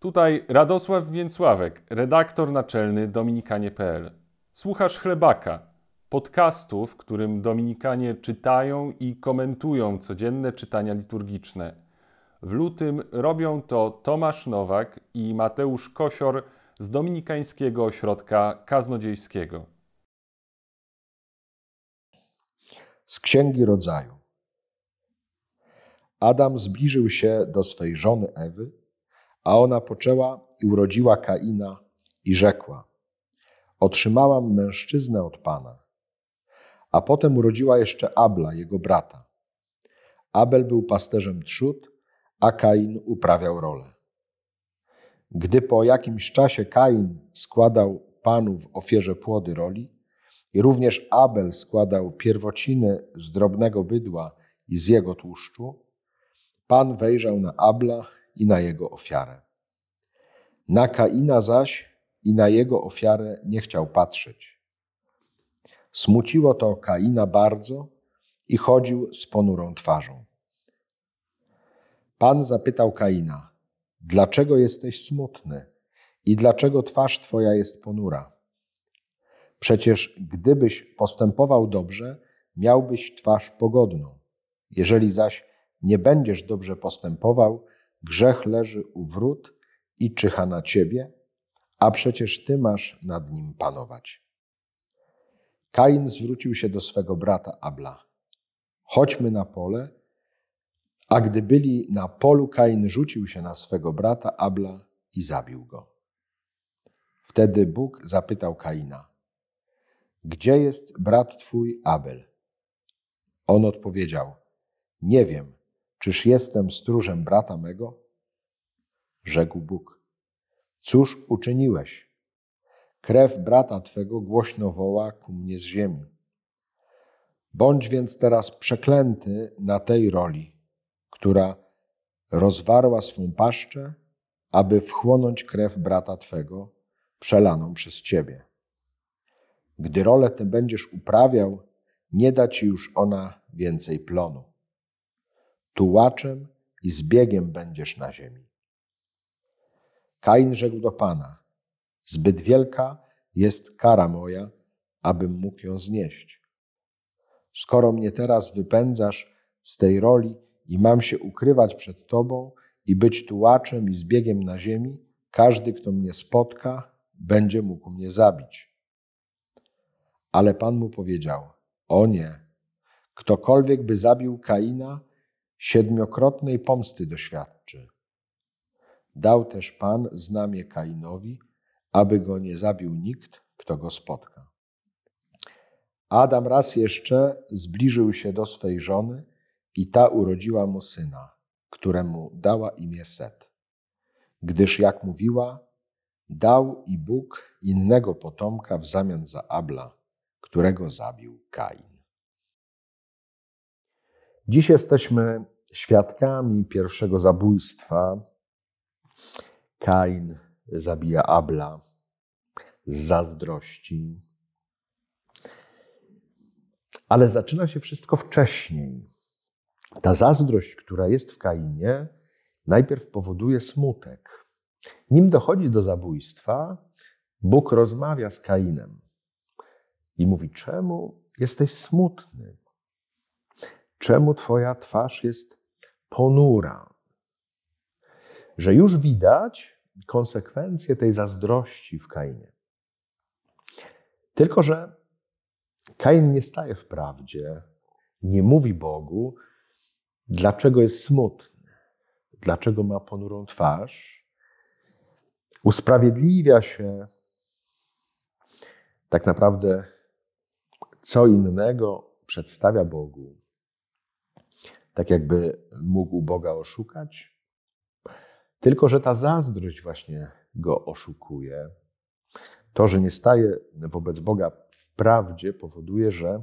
Tutaj Radosław Więcławek, redaktor naczelny Dominikanie.pl. Słuchasz Chlebaka, podcastu, w którym Dominikanie czytają i komentują codzienne czytania liturgiczne. W lutym robią to Tomasz Nowak i Mateusz Kosior z Dominikańskiego Ośrodka Kaznodziejskiego. Z Księgi Rodzaju. Adam zbliżył się do swej żony Ewy, a ona poczęła i urodziła Kaina i rzekła: otrzymałam mężczyznę od Pana. A potem urodziła jeszcze Abla, jego brata. Abel był pasterzem trzód, a Kain uprawiał rolę. Gdy po jakimś czasie Kain składał Panu w ofierze płody roli i również Abel składał pierwociny z drobnego bydła i z jego tłuszczu, Pan wejrzał na Abla i na jego ofiarę. Na Kaina zaś i na jego ofiarę nie chciał patrzeć. Smuciło to Kaina bardzo i chodził z ponurą twarzą. Pan zapytał Kaina: dlaczego jesteś smutny i dlaczego twarz twoja jest ponura? Przecież gdybyś postępował dobrze, miałbyś twarz pogodną. Jeżeli zaś nie będziesz dobrze postępował, grzech leży u wrót i czyha na ciebie, a przecież ty masz nad nim panować. Kain zwrócił się do swego brata Abla: chodźmy na pole. A gdy byli na polu, Kain rzucił się na swego brata Abla i zabił go. Wtedy Bóg zapytał Kaina: gdzie jest brat twój Abel? On odpowiedział: nie wiem, czyż jestem stróżem brata mego? Rzekł Bóg: cóż uczyniłeś? Krew brata twego głośno woła ku mnie z ziemi. Bądź więc teraz przeklęty na tej roli, która rozwarła swą paszczę, aby wchłonąć krew brata twego, przelaną przez ciebie. Gdy rolę tę będziesz uprawiał, nie da ci już ona więcej plonu. Tułaczem i zbiegiem będziesz na ziemi. Kain rzekł do Pana: zbyt wielka jest kara moja, abym mógł ją znieść. Skoro mnie teraz wypędzasz z tej roli i mam się ukrywać przed Tobą i być tułaczem i zbiegiem na ziemi, każdy, kto mnie spotka, będzie mógł mnie zabić. Ale Pan mu powiedział: o nie, ktokolwiek by zabił Kaina, 7-krotnej pomsty doświadczy. Dał też Pan znamię Kainowi, aby go nie zabił nikt, kto go spotka. Adam raz jeszcze zbliżył się do swej żony i ta urodziła mu syna, któremu dała imię Set. Gdyż, jak mówiła, dał i Bóg innego potomka w zamian za Abla, którego zabił Kain. Dziś jesteśmy świadkami pierwszego zabójstwa. Kain zabija Abla z zazdrości. Ale zaczyna się wszystko wcześniej. Ta zazdrość, która jest w Kainie, najpierw powoduje smutek. Nim dochodzi do zabójstwa, Bóg rozmawia z Kainem i mówi: czemu jesteś smutny? Czemu twoja twarz jest ponura? Że już widać konsekwencje tej zazdrości w Kainie. Tylko że Kain nie staje w prawdzie, nie mówi Bogu, dlaczego jest smutny, dlaczego ma ponurą twarz. Usprawiedliwia się tak naprawdę co innego, przedstawia Bogu, tak jakby mógł Boga oszukać. Tylko że ta zazdrość właśnie go oszukuje. To, że nie staje wobec Boga w prawdzie, powoduje, że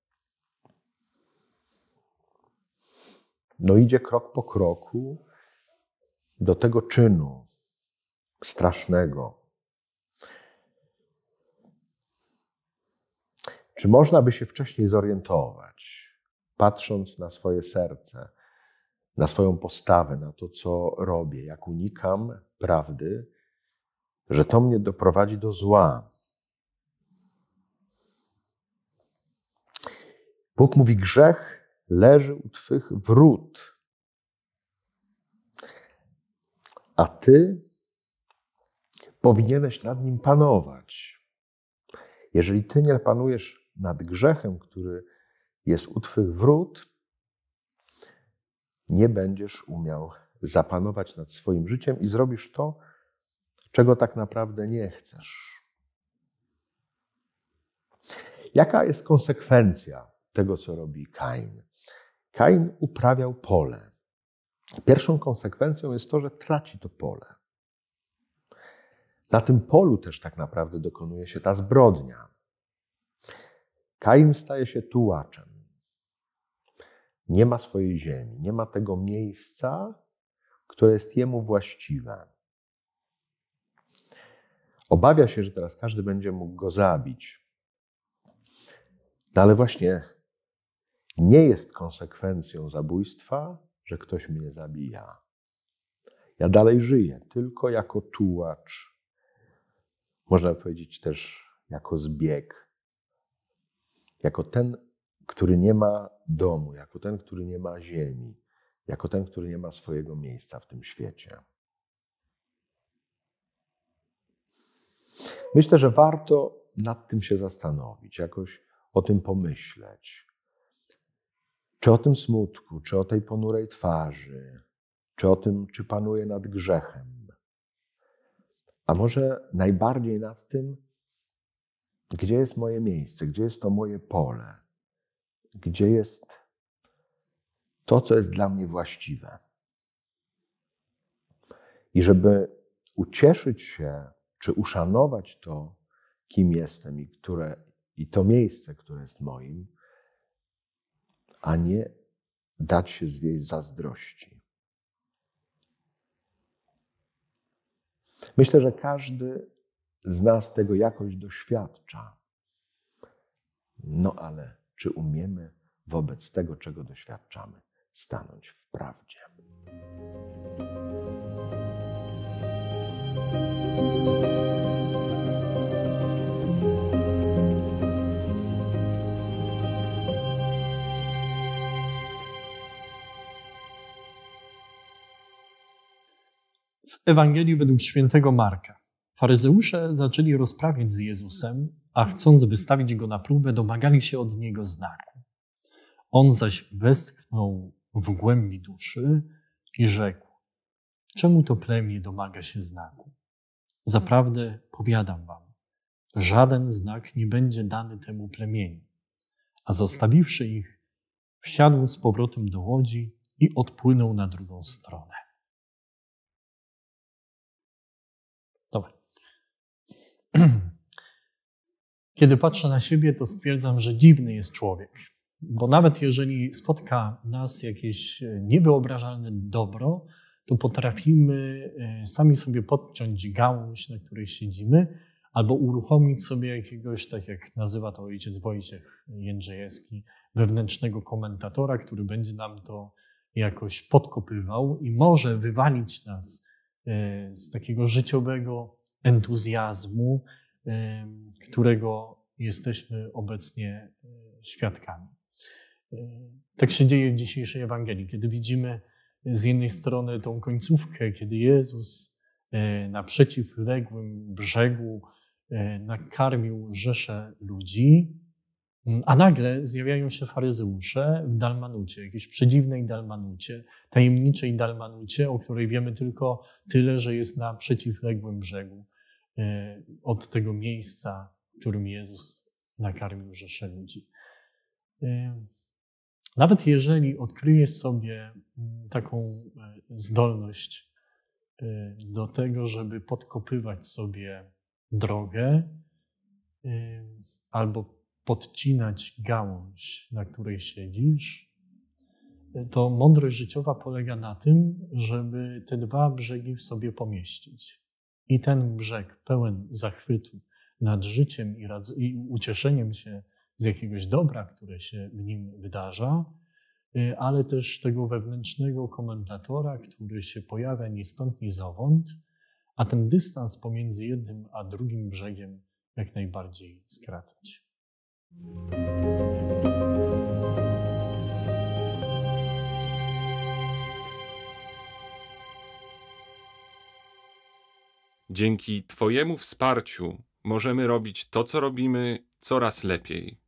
idzie krok po kroku do tego czynu strasznego. Czy można by się wcześniej zorientować, patrząc na swoje serce, na swoją postawę, na to, co robię, jak unikam prawdy, że to mnie doprowadzi do zła. Bóg mówi, grzech leży u twych wrót, a ty powinieneś nad nim panować. Jeżeli ty nie panujesz nad grzechem, który jest u twych wrót, nie będziesz umiał zapanować nad swoim życiem i zrobisz to, czego tak naprawdę nie chcesz. Jaka jest konsekwencja tego, co robi Kain? Kain uprawiał pole. Pierwszą konsekwencją jest to, że traci to pole. Na tym polu też tak naprawdę dokonuje się ta zbrodnia. Kain staje się tułaczem. Nie ma swojej ziemi, nie ma tego miejsca, które jest jemu właściwe. Obawia się, że teraz każdy będzie mógł go zabić. No ale właśnie nie jest konsekwencją zabójstwa, że ktoś mnie zabija. Ja dalej żyję, tylko jako tułacz. Można powiedzieć też jako zbieg. Jako ten, który nie ma domu, jako ten, który nie ma ziemi, jako ten, który nie ma swojego miejsca w tym świecie. Myślę, że warto nad tym się zastanowić, jakoś o tym pomyśleć. Czy o tym smutku, czy o tej ponurej twarzy, czy o tym, czy panuję nad grzechem. A może najbardziej nad tym, gdzie jest moje miejsce, gdzie jest to moje pole, gdzie jest to, co jest dla mnie właściwe. I żeby ucieszyć się, czy uszanować to, kim jestem i to miejsce, które jest moim, a nie dać się zwieść zazdrości. Myślę, że każdy z nas tego jakoś doświadcza. No ale czy umiemy wobec tego, czego doświadczamy, stanąć w prawdzie? Z Ewangelii według świętego Marka. Faryzeusze zaczęli rozprawiać z Jezusem, a chcąc wystawić Go na próbę, domagali się od Niego znaku. On zaś westchnął w głębi duszy i rzekł: czemu to plemię domaga się znaku? Zaprawdę powiadam wam, żaden znak nie będzie dany temu plemieniu. A zostawiwszy ich, wsiadł z powrotem do łodzi i odpłynął na drugą stronę. Dobra. Kiedy patrzę na siebie, to stwierdzam, że dziwny jest człowiek. Bo nawet jeżeli spotka nas jakieś niewyobrażalne dobro, to potrafimy sami sobie podciąć gałąź, na której siedzimy, albo uruchomić sobie jakiegoś, tak jak nazywa to ojciec Wojciech Jędrzejewski, wewnętrznego komentatora, który będzie nam to jakoś podkopywał i może wywalić nas z takiego życiowego entuzjazmu, którego jesteśmy obecnie świadkami. Tak się dzieje w dzisiejszej Ewangelii, kiedy widzimy z jednej strony tą końcówkę, kiedy Jezus na przeciwległym brzegu nakarmił rzeszę ludzi, a nagle zjawiają się faryzeusze w Dalmanucie, jakiejś przedziwnej Dalmanucie, tajemniczej Dalmanucie, o której wiemy tylko tyle, że jest na przeciwległym brzegu od tego miejsca, w którym Jezus nakarmił rzeszę ludzi. Nawet jeżeli odkryjesz sobie taką zdolność do tego, żeby podkopywać sobie drogę albo podcinać gałąź, na której siedzisz, to mądrość życiowa polega na tym, żeby te dwa brzegi w sobie pomieścić. I ten brzeg pełen zachwytu nad życiem i ucieszeniem się z jakiegoś dobra, które się w nim wydarza, ale też tego wewnętrznego komentatora, który się pojawia ni stąd, ni zowąd, a ten dystans pomiędzy jednym a drugim brzegiem jak najbardziej skracać. Dzięki Twojemu wsparciu możemy robić to, co robimy, coraz lepiej.